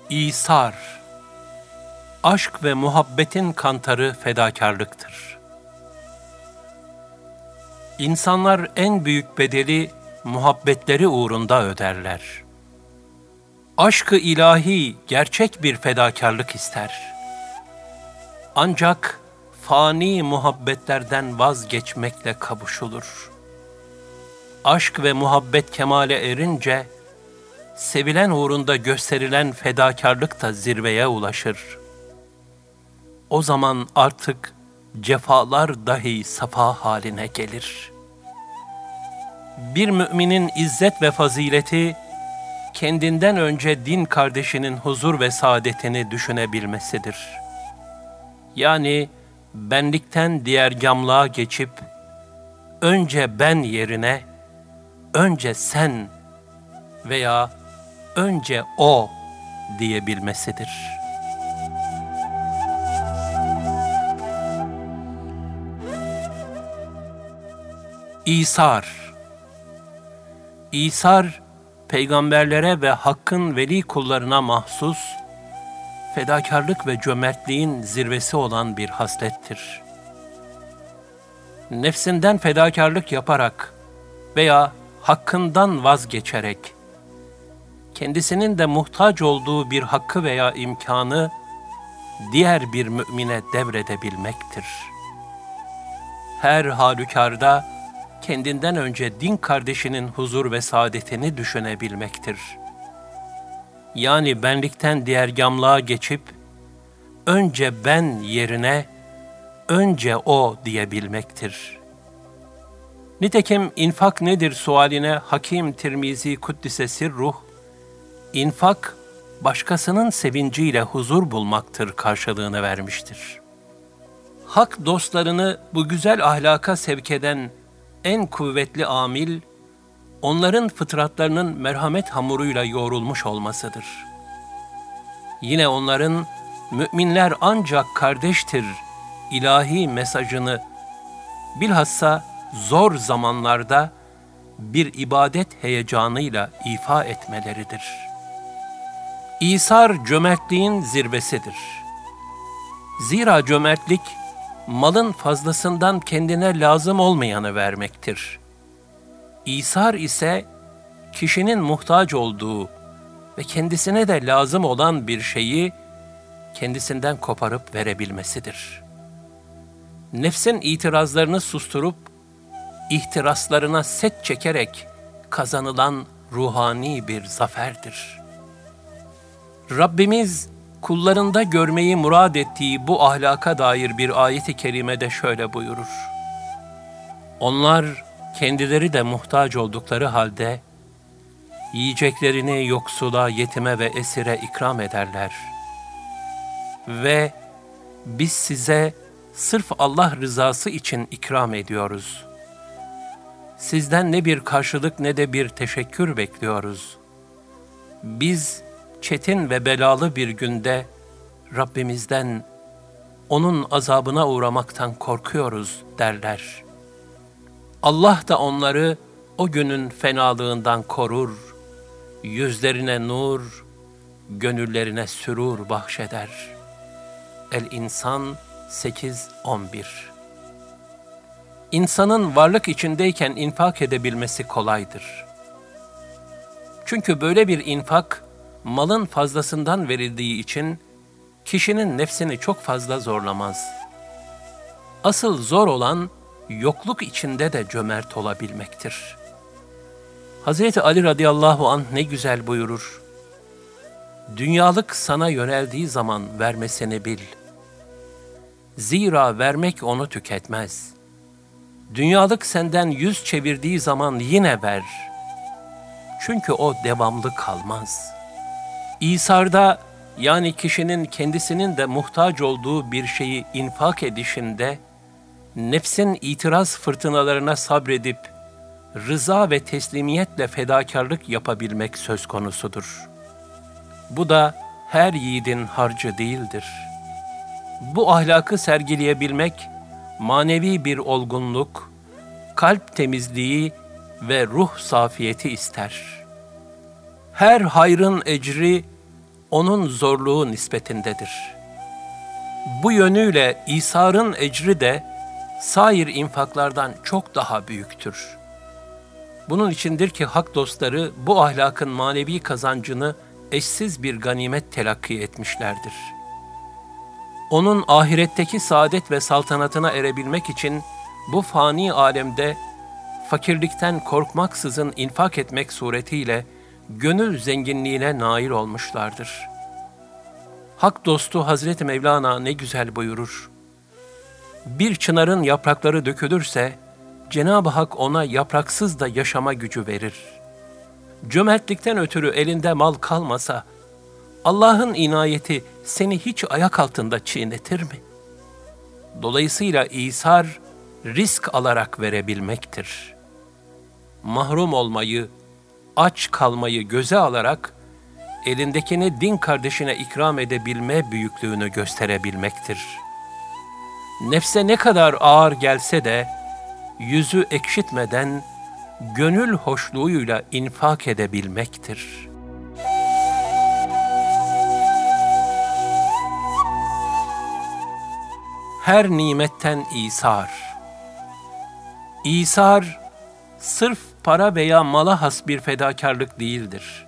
İsar, aşk ve muhabbetin kantarı fedakarlıktır. İnsanlar en büyük bedeli muhabbetleri uğrunda öderler. Aşk-ı ilahi gerçek bir fedakarlık ister. Ancak fani muhabbetlerden vazgeçmekle kavuşulur. Aşk ve muhabbet kemale erince, sevilen uğrunda gösterilen fedakarlık da zirveye ulaşır. O zaman artık cefalar dahi safa haline gelir. Bir müminin izzet ve fazileti, kendinden önce din kardeşinin huzur ve saadetini düşünebilmesidir. Yani benlikten diğergamlığa geçip, önce ben yerine, önce sen veya önce o diyebilmesidir. İsar, peygamberlere ve Hakk'ın veli kullarına mahsus, fedakarlık ve cömertliğin zirvesi olan bir haslettir. Nefsinden fedakarlık yaparak veya hakkından vazgeçerek, kendisinin de muhtaç olduğu bir hakkı veya imkanı diğer bir mümine devredebilmektir. Her halükarda kendinden önce din kardeşinin huzur ve saadetini düşünebilmektir. Yani benlikten diğergamlığa geçip, önce ben yerine, önce o diyebilmektir. Nitekim infak nedir sualine Hakim Tirmizi Kuddise Sirruh, infak, başkasının sevinciyle huzur bulmaktır karşılığını vermiştir. Hak dostlarını bu güzel ahlaka sevk eden en kuvvetli amil, onların fıtratlarının merhamet hamuruyla yoğrulmuş olmasıdır. Yine onların, müminler ancak kardeştir, ilahi mesajını, bilhassa zor zamanlarda bir ibadet heyecanıyla ifa etmeleridir. İsar cömertliğin zirvesidir. Zira cömertlik, malın fazlasından kendine lazım olmayanı vermektir. İsar ise, kişinin muhtaç olduğu ve kendisine de lazım olan bir şeyi kendisinden koparıp verebilmesidir. Nefsin itirazlarını susturup, ihtiraslarına set çekerek kazanılan ruhani bir zaferdir. Rabbimiz, kullarında görmeyi murad ettiği bu ahlaka dair bir ayet-i kerimede şöyle buyurur: Onlar kendileri de muhtaç oldukları halde, yiyeceklerini yoksula, yetime ve esire ikram ederler. Ve biz size sırf Allah rızası için ikram ediyoruz. Sizden ne bir karşılık ne de bir teşekkür bekliyoruz. Biz çetin ve belalı bir günde Rabbimizden, onun azabına uğramaktan korkuyoruz derler. Allah da onları o günün fenalığından korur, yüzlerine nur, gönüllerine sürur bahşeder. El-İnsan 8-11. İnsanın varlık içindeyken infak edebilmesi kolaydır. Çünkü böyle bir infak, malın fazlasından verildiği için kişinin nefsini çok fazla zorlamaz. Asıl zor olan, yokluk içinde de cömert olabilmektir. Hazreti Ali radıyallahu anh ne güzel buyurur: Dünyalık sana yöneldiği zaman vermesini bil. Zira vermek onu tüketmez. Dünyalık senden yüz çevirdiği zaman yine ver. Çünkü o devamlı kalmaz. İsarda, yani kişinin kendisinin de muhtaç olduğu bir şeyi infak edişinde, nefsin itiraz fırtınalarına sabredip, rıza ve teslimiyetle fedakarlık yapabilmek söz konusudur. Bu da her yiğidin harcı değildir. Bu ahlakı sergileyebilmek, manevi bir olgunluk, kalp temizliği ve ruh safiyeti ister. Her hayrın ecri, onun zorluğu nispetindedir. Bu yönüyle İsar'ın ecri de sair infaklardan çok daha büyüktür. Bunun içindir ki hak dostları bu ahlakın manevi kazancını eşsiz bir ganimet telakki etmişlerdir. Onun ahiretteki saadet ve saltanatına erebilmek için bu fani alemde fakirlikten korkmaksızın infak etmek suretiyle gönül zenginliğine nail olmuşlardır. Hak dostu Hazreti Mevlana ne güzel buyurur: bir çınarın yaprakları dökülürse, Cenab-ı Hak ona yapraksız da yaşama gücü verir. Cömertlikten ötürü elinde mal kalmasa, Allah'ın inayeti seni hiç ayak altında çiğnetir mi? Dolayısıyla İsar, risk alarak verebilmektir. Mahrum olmayı, aç kalmayı göze alarak, elindekini din kardeşine ikram edebilme büyüklüğünü gösterebilmektir. Nefse ne kadar ağır gelse de, yüzü ekşitmeden, gönül hoşluğuyla infak edebilmektir. Her nimetten İsar. İsar, sırf para veya mala has bir fedakarlık değildir.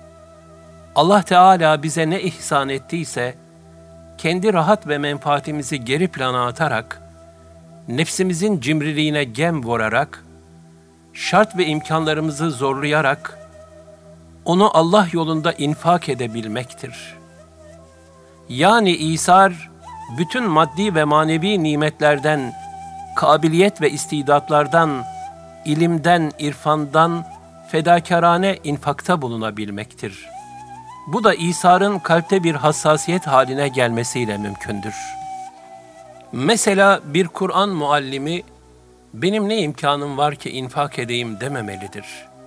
Allah Teala bize ne ihsan ettiyse, kendi rahat ve menfaatimizi geri plana atarak, nefsimizin cimriliğine gem vurarak, şart ve imkanlarımızı zorlayarak, onu Allah yolunda infak edebilmektir. Yani İsar, bütün maddi ve manevi nimetlerden, kabiliyet ve istidatlardan, ilimden, irfandan, fedakarane infakta bulunabilmektir. Bu da İsar'ın kalpte bir hassasiyet haline gelmesiyle mümkündür. Mesela bir Kur'an muallimi, benim ne imkanım var ki infak edeyim dememelidir.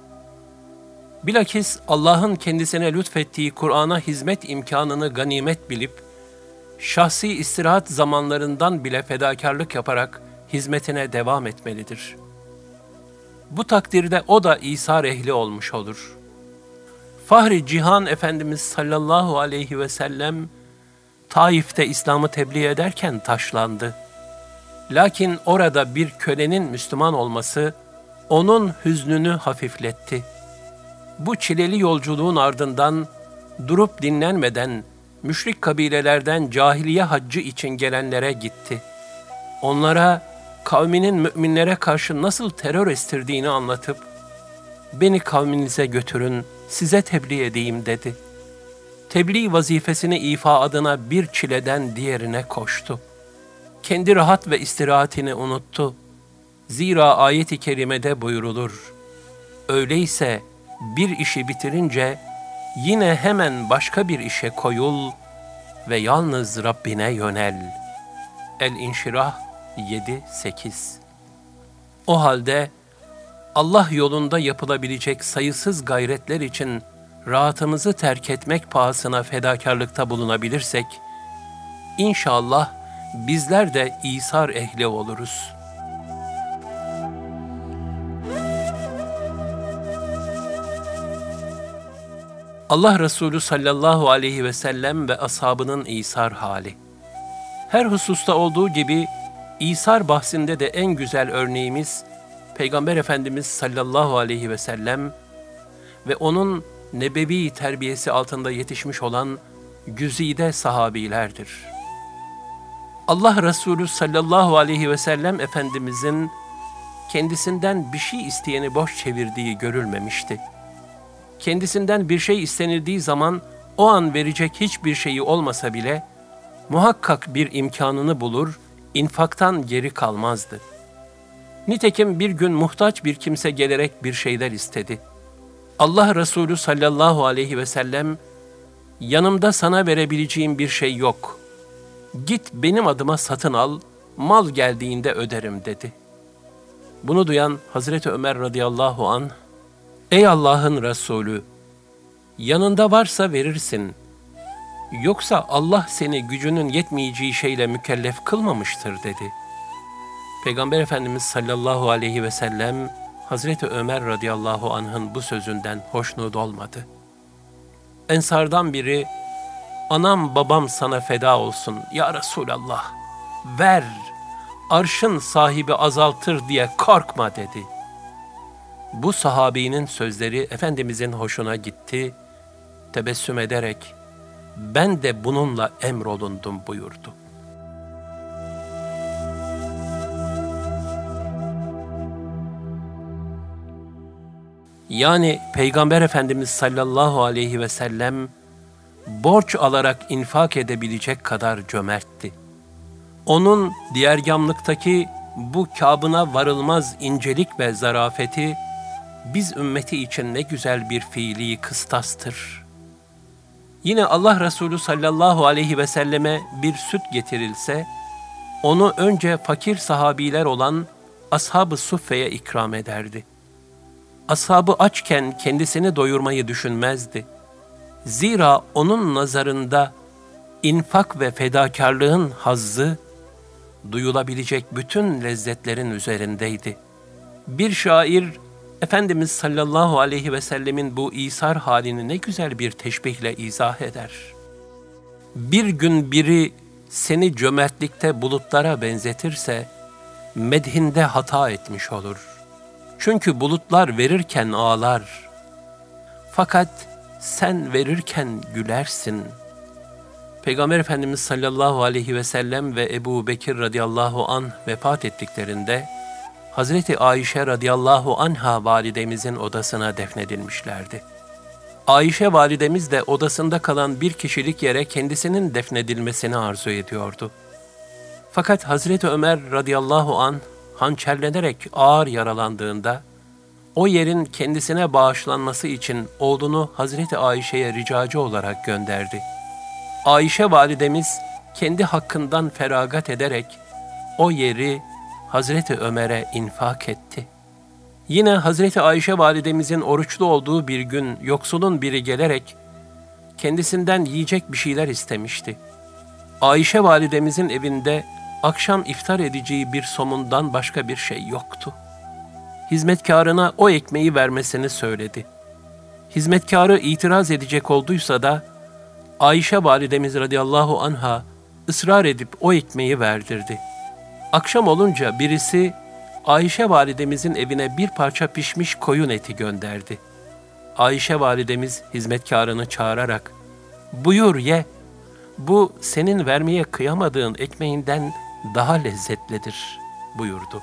Bilakis Allah'ın kendisine lütfettiği Kur'an'a hizmet imkanını ganimet bilip, şahsi istirahat zamanlarından bile fedakarlık yaparak hizmetine devam etmelidir. Bu takdirde o da İsar ehli olmuş olur. Fahri Cihan Efendimiz sallallahu aleyhi ve sellem, Taif'te İslam'ı tebliğ ederken taşlandı. Lakin orada bir kölenin Müslüman olması, onun hüznünü hafifletti. Bu çileli yolculuğun ardından, durup dinlenmeden, müşrik kabilelerden cahiliye haccı için gelenlere gitti. Onlara, kavminin müminlere karşı nasıl terör estirdiğini anlatıp, beni kavminize götürün, size tebliğ edeyim dedi. Tebliğ vazifesini ifa adına bir çileden diğerine koştu. Kendi rahat ve istirahatini unuttu. Zira ayet-i kerimede buyurulur: öyleyse bir işi bitirince yine hemen başka bir işe koyul ve yalnız Rabbine yönel. El-İnşirah 7-8. O halde Allah yolunda yapılabilecek sayısız gayretler için rahatımızı terk etmek pahasına fedakarlıkta bulunabilirsek, İnşallah bizler de İsar ehli oluruz. Allah Resulü sallallahu aleyhi ve sellem ve ashabının İsar hali. Her hususta olduğu gibi İsar bahsinde de en güzel örneğimiz Peygamber Efendimiz sallallahu aleyhi ve sellem ve onun nebevi terbiyesi altında yetişmiş olan güzide sahabilerdir. Allah Resulü sallallahu aleyhi ve sellem Efendimizin kendisinden bir şey isteyeni boş çevirdiği görülmemişti. Kendisinden bir şey istenildiği zaman o an verecek hiçbir şeyi olmasa bile muhakkak bir imkanını bulur, infaktan geri kalmazdı. Nitekim bir gün muhtaç bir kimse gelerek bir şeyler istedi. Allah Resulü sallallahu aleyhi ve sellem, yanımda sana verebileceğim bir şey yok. Git benim adıma satın al, mal geldiğinde öderim dedi. Bunu duyan Hazreti Ömer radıyallahu anh, ey Allah'ın Resulü, yanında varsa verirsin. Yoksa Allah seni gücünün yetmeyeceği şeyle mükellef kılmamıştır dedi. Peygamber Efendimiz sallallahu aleyhi ve sellem, Hazreti Ömer radıyallahu anh'ın bu sözünden hoşnut olmadı. Ensardan biri, anam babam sana feda olsun ya Resulallah. Ver, arşın sahibi azaltır diye korkma dedi. Bu sahabinin sözleri Efendimizin hoşuna gitti. Tebessüm ederek, ben de bununla emrolundum buyurdu. Yani Peygamber Efendimiz sallallahu aleyhi ve sellem, borç alarak infak edebilecek kadar cömertti. Onun diyergamlıktaki bu kâbına varılmaz incelik ve zarafeti, biz ümmeti için ne güzel bir fiili kıstastır. Yine Allah Resulü sallallahu aleyhi ve selleme bir süt getirilse, onu önce fakir sahabiler olan ashab-ı suffeye ikram ederdi. Ashabı açken kendisini doyurmayı düşünmezdi. Zira onun nazarında infak ve fedakarlığın hazzı, duyulabilecek bütün lezzetlerin üzerindeydi. Bir şair, Efendimiz sallallahu aleyhi ve sellemin bu İsar halini ne güzel bir teşbihle izah eder. Bir gün biri seni cömertlikte bulutlara benzetirse, medhinde hata etmiş olur. Çünkü bulutlar verirken ağlar. Fakat sen verirken gülersin. Peygamber Efendimiz sallallahu aleyhi ve sellem ve Ebu Bekir radıyallahu anh vefat ettiklerinde, Hazreti Ayşe radıyallahu anha validemizin odasına defnedilmişlerdi. Ayşe validemiz de odasında kalan bir kişilik yere kendisinin defnedilmesini arzu ediyordu. Fakat Hazreti Ömer radıyallahu anh hançerlenerek ağır yaralandığında, o yerin kendisine bağışlanması için oğlunu Hazreti Ayşe'ye ricacı olarak gönderdi. Ayşe validemiz kendi hakkından feragat ederek o yeri Hazreti Ömer'e infak etti. Yine Hazreti Ayşe validemizin oruçlu olduğu bir gün yoksulun biri gelerek kendisinden yiyecek bir şeyler istemişti. Ayşe validemizin evinde akşam iftar edeceği bir somundan başka bir şey yoktu. Hizmetkarına o ekmeği vermesini söyledi. Hizmetkarı itiraz edecek olduysa da Ayşe validemiz radıyallahu anha ısrar edip o ekmeği verdirdi. Akşam olunca birisi Ayşe validemizin evine bir parça pişmiş koyun eti gönderdi. Ayşe validemiz hizmetkarını çağırarak, "Buyur ye, bu senin vermeye kıyamadığın ekmeğinden daha lezzetlidir," buyurdu.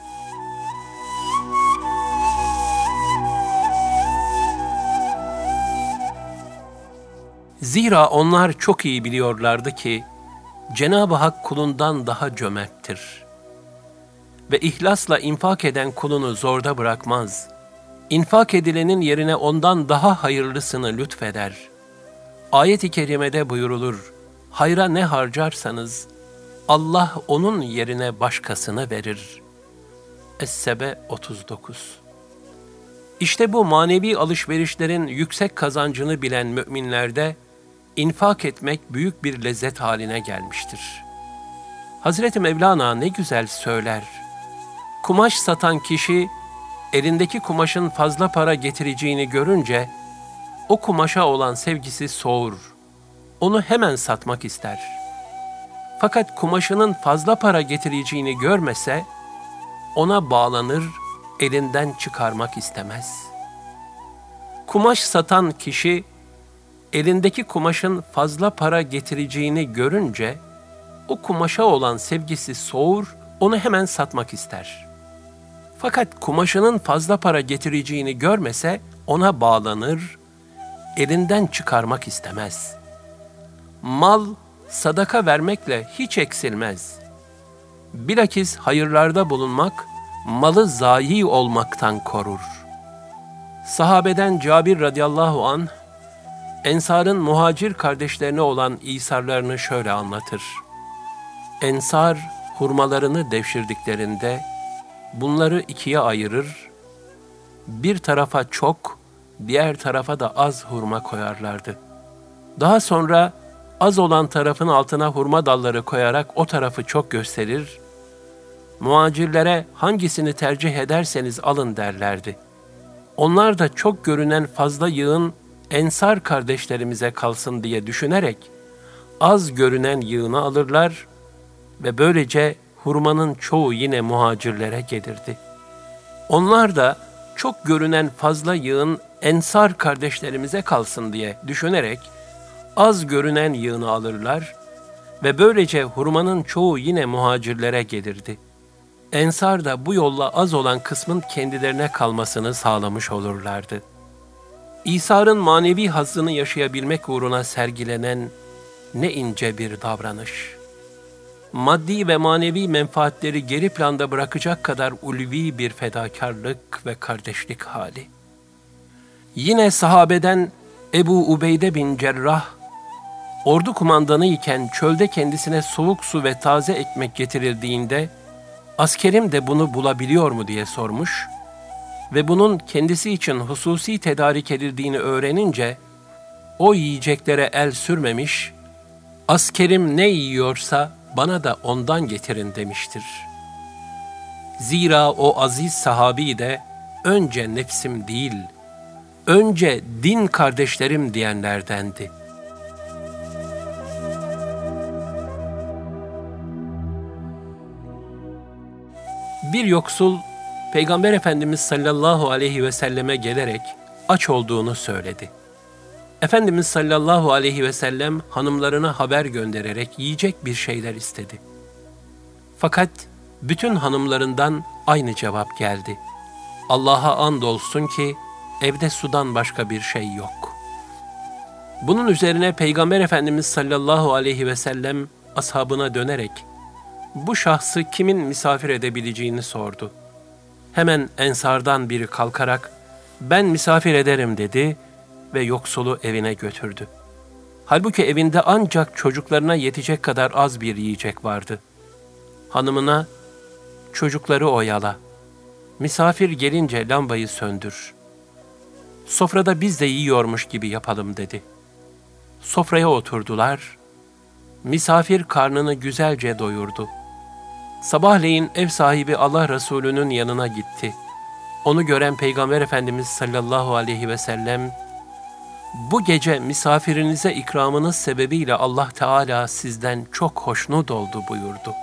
Zira onlar çok iyi biliyorlardı ki Cenab-ı Hak kulundan daha cömerttir ve ihlasla infak eden kulunu zorda bırakmaz. İnfak edilenin yerine ondan daha hayırlısını lütfeder. Ayet-i kerimede buyurulur, hayra ne harcarsanız Allah onun yerine başkasını verir. Es-Sebe 39. İşte bu manevi alışverişlerin yüksek kazancını bilen müminlerde infak etmek büyük bir lezzet haline gelmiştir. Hazreti Mevlana ne güzel söyler. Kumaş satan kişi elindeki kumaşın fazla para getireceğini görünce o kumaşa olan sevgisi soğur. Onu hemen satmak ister. Fakat kumaşının fazla para getireceğini görmese ona bağlanır, elinden çıkarmak istemez. Kumaş satan kişi elindeki kumaşın fazla para getireceğini görünce o kumaşa olan sevgisi soğur, onu hemen satmak ister. Fakat kumaşının fazla para getireceğini görmese ona bağlanır, elinden çıkarmak istemez. Mal sadaka vermekle hiç eksilmez. Bilakis hayırlarda bulunmak, malı zayi olmaktan korur. Sahabeden Cabir radıyallahu anh, Ensar'ın muhacir kardeşlerine olan İsarlarını şöyle anlatır. Ensar hurmalarını devşirdiklerinde bunları ikiye ayırır, bir tarafa çok, diğer tarafa da az hurma koyarlardı. Daha sonra az olan tarafın altına hurma dalları koyarak o tarafı çok gösterir, muhacirlere hangisini tercih ederseniz alın derlerdi. Onlar da çok görünen fazla yığın Ensar kardeşlerimize kalsın diye düşünerek az görünen yığını alırlar ve böylece hurmanın çoğu yine muhacirlere gelirdi. Onlar da çok görünen fazla yığın Ensar kardeşlerimize kalsın diye düşünerek az görünen yığını alırlar ve böylece hurmanın çoğu yine muhacirlere gelirdi. Ensar da bu yolla az olan kısmın kendilerine kalmasını sağlamış olurlardı. İsa'nın manevi hazzını yaşayabilmek uğruna sergilenen ne ince bir davranış. Maddi ve manevi menfaatleri geri planda bırakacak kadar ulvi bir fedakarlık ve kardeşlik hali. Yine sahabeden Ebu Ubeyde bin Cerrah, ordu kumandanı iken çölde kendisine soğuk su ve taze ekmek getirildiğinde, askerim de bunu bulabiliyor mu diye sormuş ve bunun kendisi için hususi tedarik edildiğini öğrenince, o yiyeceklere el sürmemiş, askerim ne yiyorsa bana da ondan getirin demiştir. Zira o aziz sahabi de önce nefsim değil, önce din kardeşlerim diyenlerdendi. Bir yoksul, Peygamber Efendimiz sallallahu aleyhi ve selleme gelerek aç olduğunu söyledi. Efendimiz sallallahu aleyhi ve sellem hanımlarına haber göndererek yiyecek bir şeyler istedi. Fakat bütün hanımlarından aynı cevap geldi. Allah'a andolsun ki evde sudan başka bir şey yok. Bunun üzerine Peygamber Efendimiz sallallahu aleyhi ve sellem ashabına dönerek bu şahsı kimin misafir edebileceğini sordu. Hemen Ensardan biri kalkarak ben misafir ederim dedi ve yoksulu evine götürdü. Halbuki evinde ancak çocuklarına yetecek kadar az bir yiyecek vardı. Hanımına, çocukları oyala, misafir gelince lambayı söndür. Sofrada biz de yiyormuş gibi yapalım dedi. Sofraya oturdular, misafir karnını güzelce doyurdu. Sabahleyin ev sahibi Allah Resulü'nün yanına gitti. Onu gören Peygamber Efendimiz sallallahu aleyhi ve sellem, bu gece misafirinize ikramınız sebebiyle Allah Teala sizden çok hoşnut oldu buyurdu.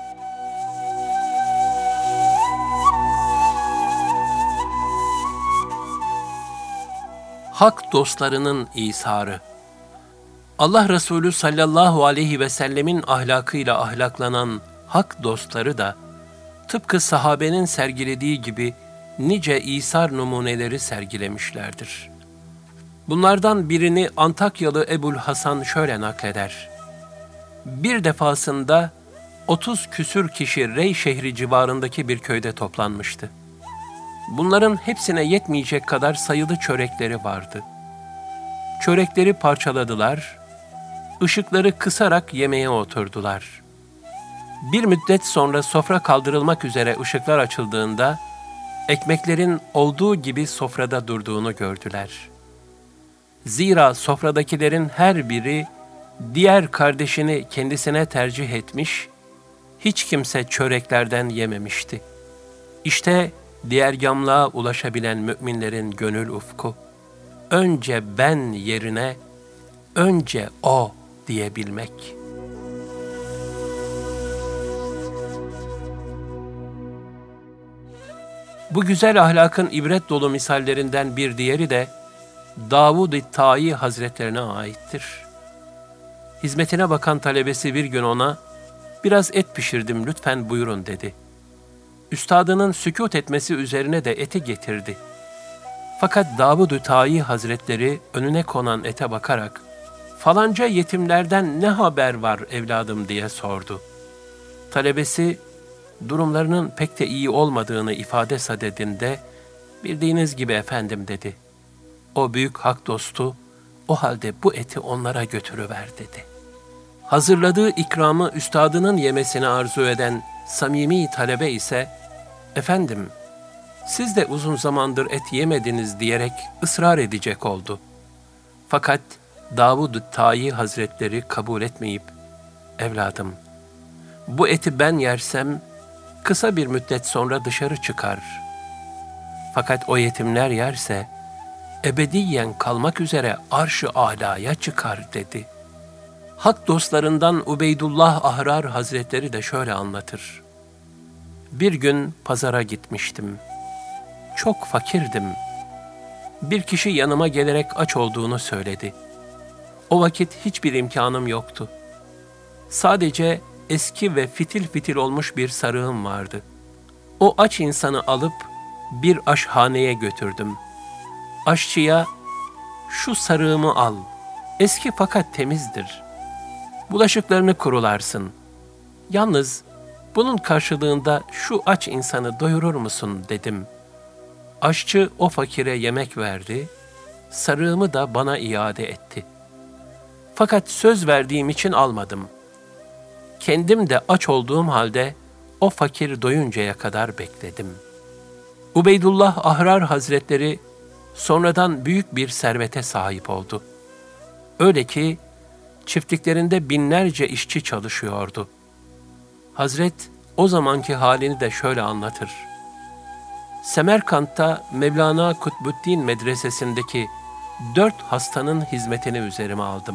Hak dostlarının İsarı. Allah Resulü sallallahu aleyhi ve sellemin ahlakıyla ahlaklanan hak dostları da tıpkı sahabenin sergilediği gibi nice İsar numuneleri sergilemişlerdir. Bunlardan birini Antakyalı Ebul Hasan şöyle nakleder. Bir defasında 30 küsür kişi Rey şehri civarındaki bir köyde toplanmıştı. Bunların hepsine yetmeyecek kadar sayılı çörekleri vardı. Çörekleri parçaladılar, ışıkları kısarak yemeğe oturdular. Bir müddet sonra sofra kaldırılmak üzere ışıklar açıldığında, ekmeklerin olduğu gibi sofrada durduğunu gördüler. Zira sofradakilerin her biri diğer kardeşini kendisine tercih etmiş, hiç kimse çöreklerden yememişti. İşte diğergamlığa ulaşabilen müminlerin gönül ufku, önce ben yerine, önce o diyebilmek. Bu güzel ahlakın ibret dolu misallerinden bir diğeri de Davud-i Tayi Hazretlerine aittir. Hizmetine bakan talebesi bir gün ona, biraz et pişirdim lütfen buyurun dedi. Üstadının sükût etmesi üzerine de eti getirdi. Fakat Davud-i Tayi Hazretleri önüne konan ete bakarak, falanca yetimlerden ne haber var evladım diye sordu. Talebesi, durumlarının pek de iyi olmadığını ifade sadedinde, bildiğiniz gibi efendim dedi. O büyük hak dostu, o halde bu eti onlara götürüver dedi. Hazırladığı ikramı üstadının yemesini arzu eden samimi talebe ise, efendim, siz de uzun zamandır et yemediniz diyerek ısrar edecek oldu. Fakat Davud-u Tayi Hazretleri kabul etmeyip, evladım, bu eti ben yersem, kısa bir müddet sonra dışarı çıkar. Fakat o yetimler yerse, ebediyen kalmak üzere arş-ı âlâya çıkar dedi. Hak dostlarından Ubeydullah Ahrar Hazretleri de şöyle anlatır. Bir gün pazara gitmiştim. Çok fakirdim. Bir kişi yanıma gelerek aç olduğunu söyledi. O vakit hiçbir imkanım yoktu. Sadece eski ve fitil fitil olmuş bir sarığım vardı. O aç insanı alıp bir aşhaneye götürdüm. Aşçıya, "Şu sarığımı al, eski fakat temizdir. Bulaşıklarını kurularsın. Yalnız bunun karşılığında şu aç insanı doyurur musun?" dedim. Aşçı o fakire yemek verdi, sarığımı da bana iade etti. Fakat söz verdiğim için almadım. Kendim de aç olduğum halde o fakir doyuncaya kadar bekledim. Ubeydullah Ahrar Hazretleri sonradan büyük bir servete sahip oldu. Öyle ki çiftliklerinde binlerce işçi çalışıyordu. Hazret o zamanki halini de şöyle anlatır. Semerkant'ta Mevlana Kutbuddin Medresesi'ndeki 4 hastanın hizmetini üzerime aldım.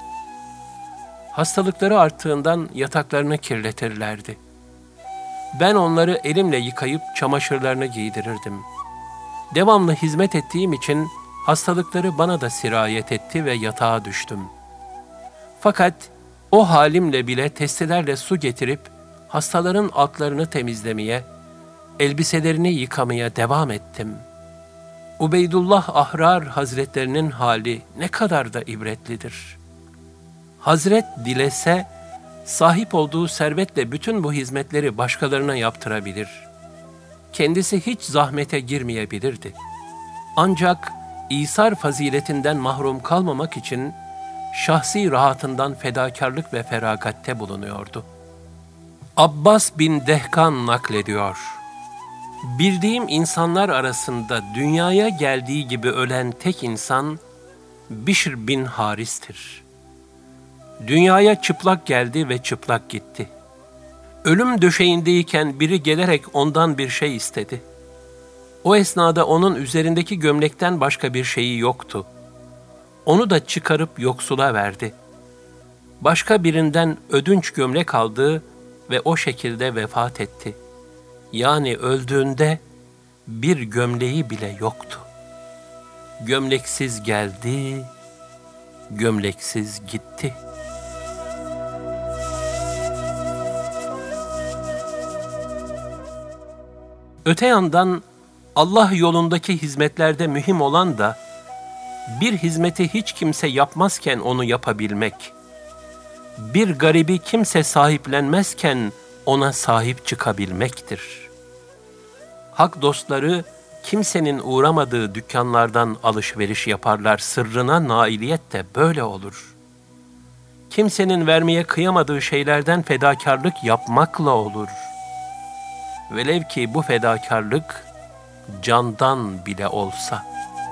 Hastalıkları arttığından yataklarını kirletirlerdi. Ben onları elimle yıkayıp çamaşırlarını giydirirdim. Devamlı hizmet ettiğim için hastalıkları bana da sirayet etti ve yatağa düştüm. Fakat o halimle bile testilerle su getirip hastaların altlarını temizlemeye, elbiselerini yıkamaya devam ettim. Ubeydullah Ahrar Hazretlerinin hali ne kadar da ibretlidir. Hazret dilese, sahip olduğu servetle bütün bu hizmetleri başkalarına yaptırabilir. Kendisi hiç zahmete girmeyebilirdi. Ancak İsar faziletinden mahrum kalmamak için şahsi rahatından fedakarlık ve feragatte bulunuyordu. Abbas bin Dehkan naklediyor. Bildiğim insanlar arasında dünyaya geldiği gibi ölen tek insan Bişr bin Haris'tir. Dünyaya çıplak geldi ve çıplak gitti. Ölüm döşeğindeyken biri gelerek ondan bir şey istedi. O esnada onun üzerindeki gömlekten başka bir şeyi yoktu. Onu da çıkarıp yoksula verdi. Başka birinden ödünç gömlek aldı ve o şekilde vefat etti. Yani öldüğünde bir gömleği bile yoktu. Gömleksiz geldi, gömleksiz gitti. Öte yandan Allah yolundaki hizmetlerde mühim olan da bir hizmeti hiç kimse yapmazken onu yapabilmek, bir garibi kimse sahiplenmezken ona sahip çıkabilmektir. Hak dostları kimsenin uğramadığı dükkanlardan alışveriş yaparlar, sırrına nailiyet de böyle olur. Kimsenin vermeye kıyamadığı şeylerden fedakarlık yapmakla olur. Velev ki bu fedakarlık candan bile olsa.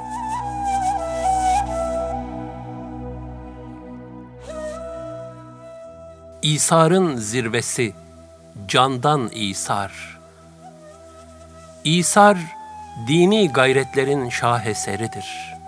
İsar'ın zirvesi, candan İsar. İsar, dini gayretlerin şaheseridir.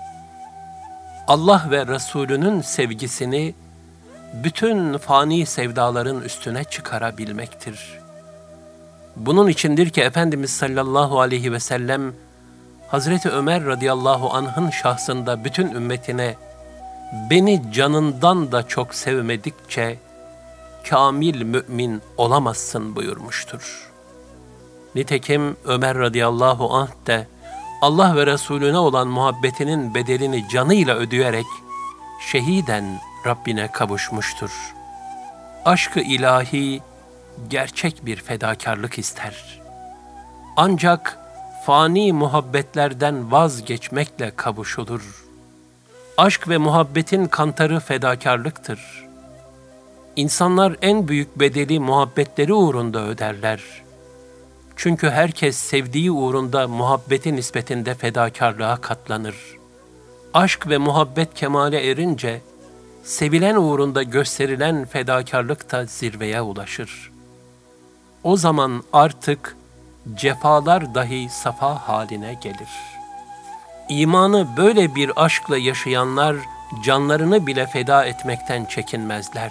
Allah ve Resulünün sevgisini bütün fani sevdaların üstüne çıkarabilmektir. Bunun içindir ki Efendimiz sallallahu aleyhi ve sellem, Hazreti Ömer radıyallahu anh'ın şahsında bütün ümmetine, "Beni canından da çok sevmedikçe kamil mümin olamazsın" buyurmuştur. Nitekim Ömer radıyallahu anh de Allah ve Resulüne olan muhabbetinin bedelini canıyla ödeyerek şehiden Rabbine kavuşmuştur. Aşk-ı ilahi gerçek bir fedakarlık ister. Ancak fani muhabbetlerden vazgeçmekle kavuşulur. Aşk ve muhabbetin kantarı fedakarlıktır. İnsanlar en büyük bedeli muhabbetleri uğrunda öderler. Çünkü herkes sevdiği uğrunda muhabbeti nispetinde fedakarlığa katlanır. Aşk ve muhabbet kemale erince, sevilen uğrunda gösterilen fedakarlık da zirveye ulaşır. O zaman artık cefalar dahi safa haline gelir. İmanı böyle bir aşkla yaşayanlar canlarını bile feda etmekten çekinmezler.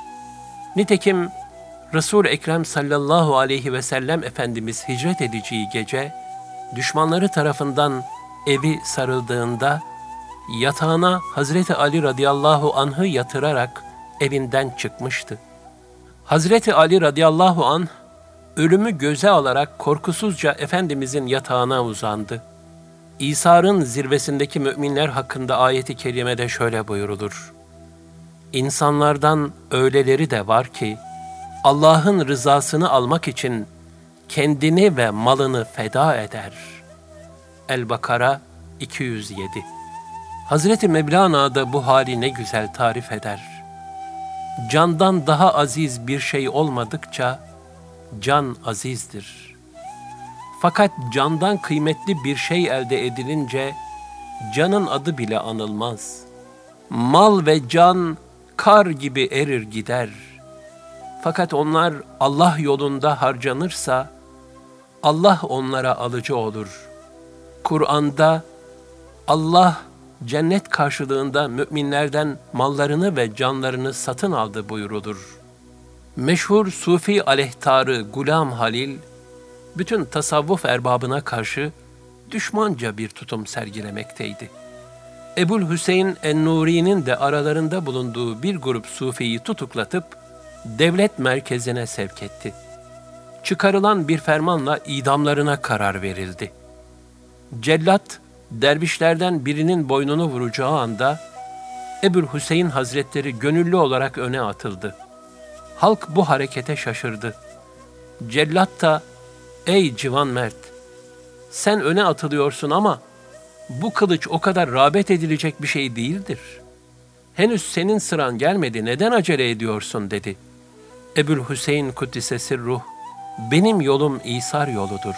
Nitekim Resul-i Ekrem sallallahu aleyhi ve sellem Efendimiz hicret edeceği gece, düşmanları tarafından evi sarıldığında, yatağına Hazreti Ali radıyallahu anh'ı yatırarak evinden çıkmıştı. Hazreti Ali radıyallahu anh, ölümü göze alarak korkusuzca Efendimizin yatağına uzandı. İsa'nın zirvesindeki müminler hakkında ayet-i kerimede şöyle buyurulur: İnsanlardan öyleleri de var ki, Allah'ın rızasını almak için kendini ve malını feda eder. El-Bakara 207. Hazreti Mevlana da bu hali ne güzel tarif eder. Candan daha aziz bir şey olmadıkça, can azizdir. Fakat candan kıymetli bir şey elde edilince, canın adı bile anılmaz. Mal ve can kar gibi erir gider. Fakat onlar Allah yolunda harcanırsa, Allah onlara alıcı olur. Kur'an'da Allah cennet karşılığında müminlerden mallarını ve canlarını satın aldı buyurulur. Meşhur Sufi aleyhtarı Gulam Halil, bütün tasavvuf erbabına karşı düşmanca bir tutum sergilemekteydi. Ebu'l Hüseyin en-Nuri'nin de aralarında bulunduğu bir grup Sufi'yi tutuklatıp devlet merkezine sevk etti. Çıkarılan bir fermanla idamlarına karar verildi. Cellat, dervişlerden birinin boynunu vuracağı anda Ebu'l Hüseyin Hazretleri gönüllü olarak öne atıldı. Halk bu harekete şaşırdı. Cellat da, "Ey civan mert, sen öne atılıyorsun ama bu kılıç o kadar rağbet edilecek bir şey değildir. Henüz senin sıran gelmedi, neden acele ediyorsun?" dedi. Ebu'l Hüseyin Kuddise Sirruh, "Benim yolum İsar yoludur.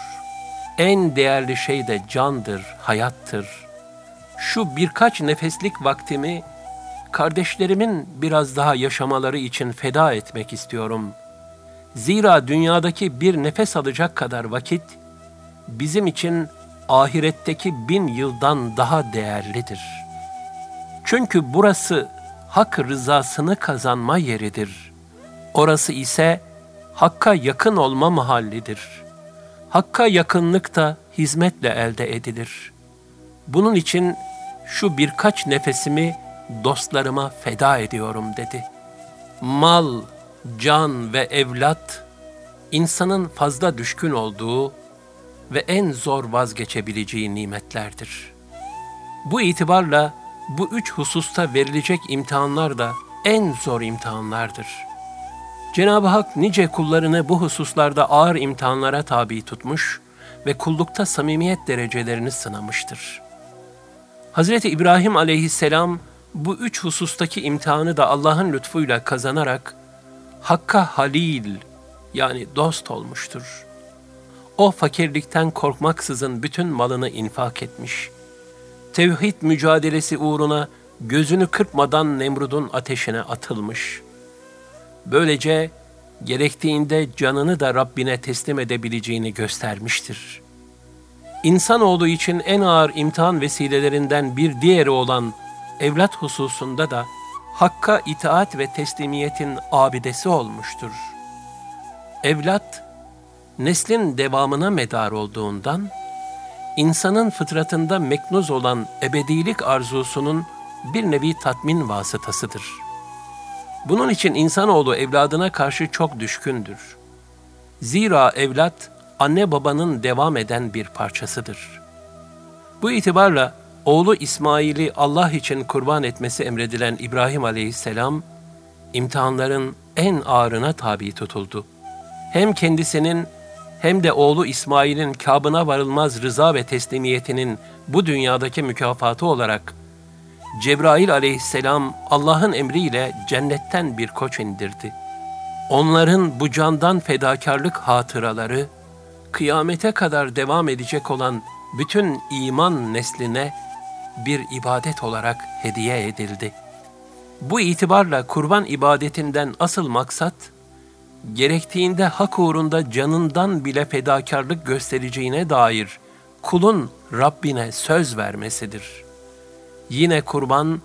En değerli şey de candır, hayattır. Şu birkaç nefeslik vaktimi kardeşlerimin biraz daha yaşamaları için feda etmek istiyorum. Zira dünyadaki bir nefes alacak kadar vakit bizim için ahiretteki 1000 yıldan daha değerlidir. Çünkü burası hak rızasını kazanma yeridir. Orası ise Hakk'a yakın olma mahallidir. Hakk'a yakınlık da hizmetle elde edilir. Bunun için şu birkaç nefesimi dostlarıma feda ediyorum" dedi. Mal, can ve evlat, insanın fazla düşkün olduğu ve en zor vazgeçebileceği nimetlerdir. Bu itibarla bu 3 hususta verilecek imtihanlar da en zor imtihanlardır. Cenab-ı Hak nice kullarını bu hususlarda ağır imtihanlara tabi tutmuş ve kullukta samimiyet derecelerini sınamıştır. Hazreti İbrahim aleyhisselam bu 3 husustaki imtihanı da Allah'ın lütfuyla kazanarak Hakk'a halil, yani dost olmuştur. O fakirlikten korkmaksızın bütün malını infak etmiş. Tevhid mücadelesi uğruna gözünü kırpmadan Nemrud'un ateşine atılmış. Böylece gerektiğinde canını da Rabbine teslim edebileceğini göstermiştir. İnsanoğlu için en ağır imtihan vesilelerinden bir diğeri olan evlat hususunda da Hakk'a itaat ve teslimiyetin abidesi olmuştur. Evlat, neslin devamına medar olduğundan, insanın fıtratında meknuz olan ebedilik arzusunun bir nevi tatmin vasıtasıdır. Bunun için insanoğlu evladına karşı çok düşkündür. Zira evlat, anne babanın devam eden bir parçasıdır. Bu itibarla oğlu İsmail'i Allah için kurban etmesi emredilen İbrahim aleyhisselam, imtihanların en ağırına tabi tutuldu. Hem kendisinin hem de oğlu İsmail'in kâbına varılmaz rıza ve teslimiyetinin bu dünyadaki mükafatı olarak Cebrail aleyhisselam Allah'ın emriyle cennetten bir koç indirdi. Onların bu candan fedakarlık hatıraları, kıyamete kadar devam edecek olan bütün iman nesline bir ibadet olarak hediye edildi. Bu itibarla kurban ibadetinden asıl maksat, gerektiğinde hak uğrunda canından bile fedakarlık göstereceğine dair kulun Rabbine söz vermesidir. Yine kurban,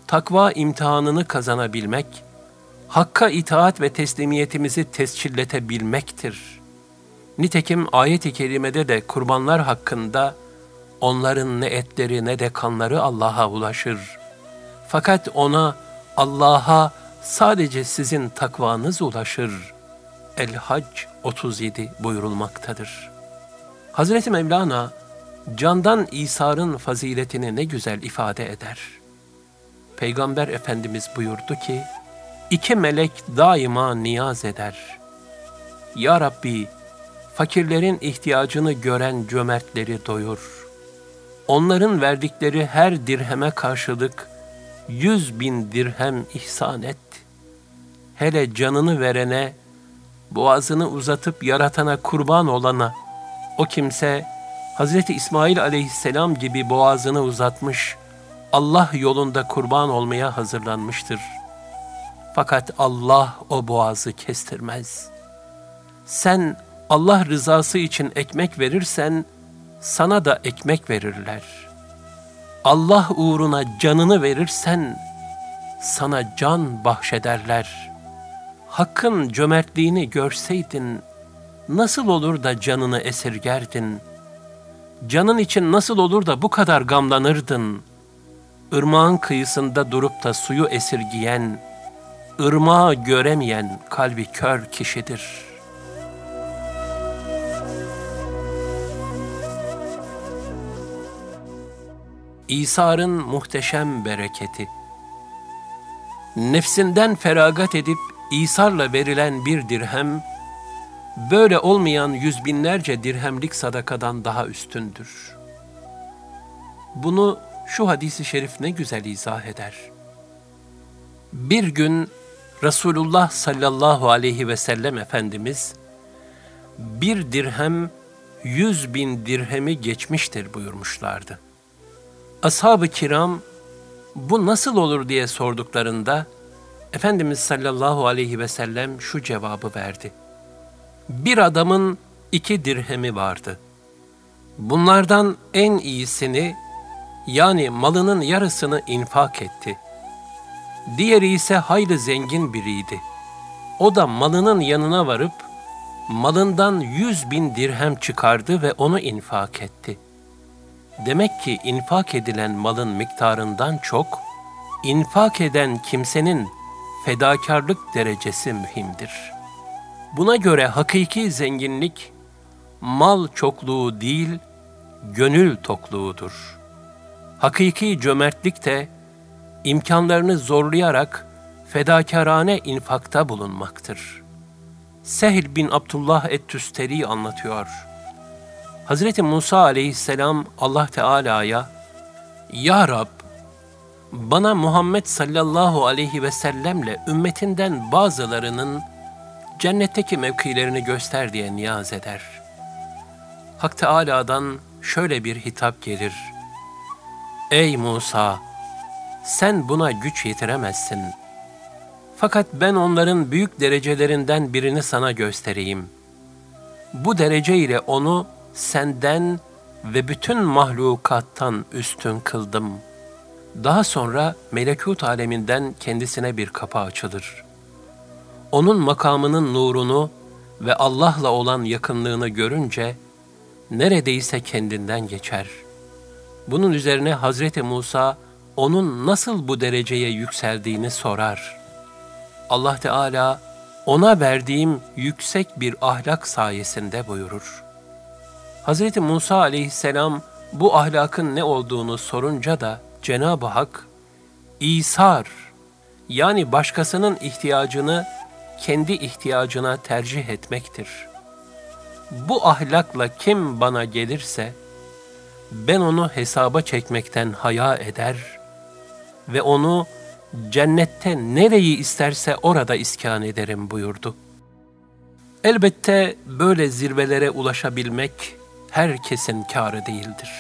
takva imtihanını kazanabilmek, Hakk'a itaat ve teslimiyetimizi tescilletebilmektir. Nitekim ayet-i kerimede de kurbanlar hakkında, onların ne etleri ne de kanları Allah'a ulaşır. Fakat Allah'a sadece sizin takvanız ulaşır. El-Hac 37 buyurulmaktadır. Hazreti Mevlana, candan İsar'ın faziletini ne güzel ifade eder. Peygamber Efendimiz buyurdu ki, İki melek daima niyaz eder. Ya Rabbi, fakirlerin ihtiyacını gören cömertleri doyur. Onların verdikleri her dirheme karşılık 100.000 dirhem ihsan et. Hele canını verene, boğazını uzatıp yaratana kurban olana, o kimse Hazreti İsmail aleyhisselam gibi boğazını uzatmış, Allah yolunda kurban olmaya hazırlanmıştır. Fakat Allah o boğazı kestirmez. Sen Allah rızası için ekmek verirsen, sana da ekmek verirler. Allah uğruna canını verirsen, sana can bahşederler. Hakkın cömertliğini görseydin, nasıl olur da canını esirgerdin? Canın için nasıl olur da bu kadar gamlanırdın? Irmağın kıyısında durup da suyu esirgiyen, ırmağı göremeyen kalbi kör kişidir. İsar'ın muhteşem bereketi. Nefsinden feragat edip İsar'la verilen bir dirhem, böyle olmayan yüz binlerce dirhemlik sadakadan daha üstündür. Bunu şu hadis-i şerif ne güzel izah eder. Bir gün Resulullah sallallahu aleyhi ve sellem Efendimiz, bir dirhem 100.000 dirhemi geçmiştir buyurmuşlardı. Ashab-ı kiram bu nasıl olur diye sorduklarında, Efendimiz sallallahu aleyhi ve sellem şu cevabı verdi. Bir adamın 2 dirhemi vardı. Bunlardan en iyisini, yani malının yarısını infak etti. Diğeri ise hayli zengin biriydi. O da malının yanına varıp, malından 100.000 dirhem çıkardı ve onu infak etti. Demek ki infak edilen malın miktarından çok, infak eden kimsenin fedakarlık derecesi mühimdir. Buna göre hakiki zenginlik, mal çokluğu değil, gönül tokluğudur. Hakiki cömertlik de, imkanlarını zorlayarak fedakarane infakta bulunmaktır. Sehl bin Abdullah et-Tüsteri anlatıyor. Hazreti Musa aleyhisselam Allah Teala'ya, Ya Rab, bana Muhammed sallallahu aleyhi ve sellemle ümmetinden bazılarının cennetteki mevkilerini göster diye niyaz eder. Hak Teala'dan şöyle bir hitap gelir. Ey Musa! Sen buna güç yetiremezsin. Fakat ben onların büyük derecelerinden birini sana göstereyim. Bu derece ile onu senden ve bütün mahlukattan üstün kıldım. Daha sonra melekut aleminden kendisine bir kapı açılır. Onun makamının nurunu ve Allah'la olan yakınlığını görünce neredeyse kendinden geçer. Bunun üzerine Hazreti Musa onun nasıl bu dereceye yükseldiğini sorar. Allah Teala ona verdiğim yüksek bir ahlak sayesinde buyurur. Hazreti Musa aleyhisselam bu ahlakın ne olduğunu sorunca da Cenab-ı Hak, İsar, yani başkasının ihtiyacını kendi ihtiyacına tercih etmektir. Bu ahlakla kim bana gelirse, ben onu hesaba çekmekten haya eder ve onu cennette nereyi isterse orada iskan ederim buyurdu. Elbette böyle zirvelere ulaşabilmek herkesin kârı değildir.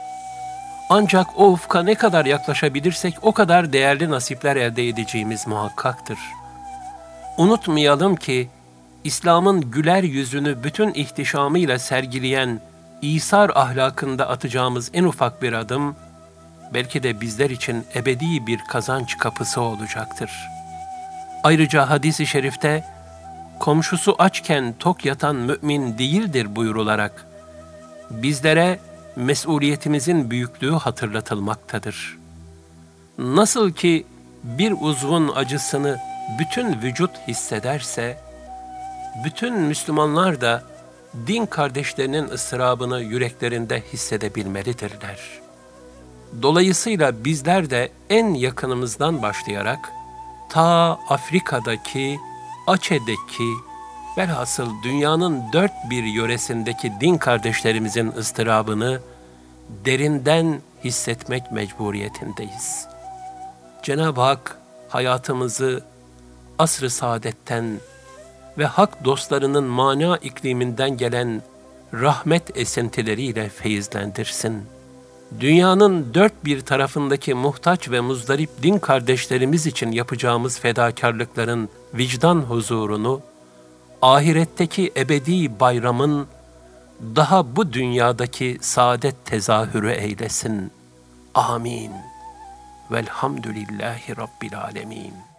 Ancak o ufka ne kadar yaklaşabilirsek o kadar değerli nasipler elde edeceğimiz muhakkaktır. Unutmayalım ki İslam'ın güler yüzünü bütün ihtişamıyla sergileyen İsar ahlakında atacağımız en ufak bir adım, belki de bizler için ebedi bir kazanç kapısı olacaktır. Ayrıca hadis-i şerifte, komşusu açken tok yatan mümin değildir buyrularak, bizlere mesuliyetimizin büyüklüğü hatırlatılmaktadır. Nasıl ki bir uzvun acısını bütün vücut hissederse, bütün Müslümanlar da din kardeşlerinin ıstırabını yüreklerinde hissedebilmelidirler. Dolayısıyla bizler de en yakınımızdan başlayarak, ta Afrika'daki, Aceh'deki, velhasıl dünyanın dört bir yöresindeki din kardeşlerimizin ıstırabını derinden hissetmek mecburiyetindeyiz. Cenab-ı Hak hayatımızı asr-ı saadetten ve hak dostlarının mana ikliminden gelen rahmet esintileriyle feyizlendirsin. Dünyanın dört bir tarafındaki muhtaç ve muzdarip din kardeşlerimiz için yapacağımız fedakarlıkların vicdan huzurunu, ahiretteki ebedi bayramın daha bu dünyadaki saadet tezahürü eylesin. Amin. Velhamdülillahi Rabbil alemin.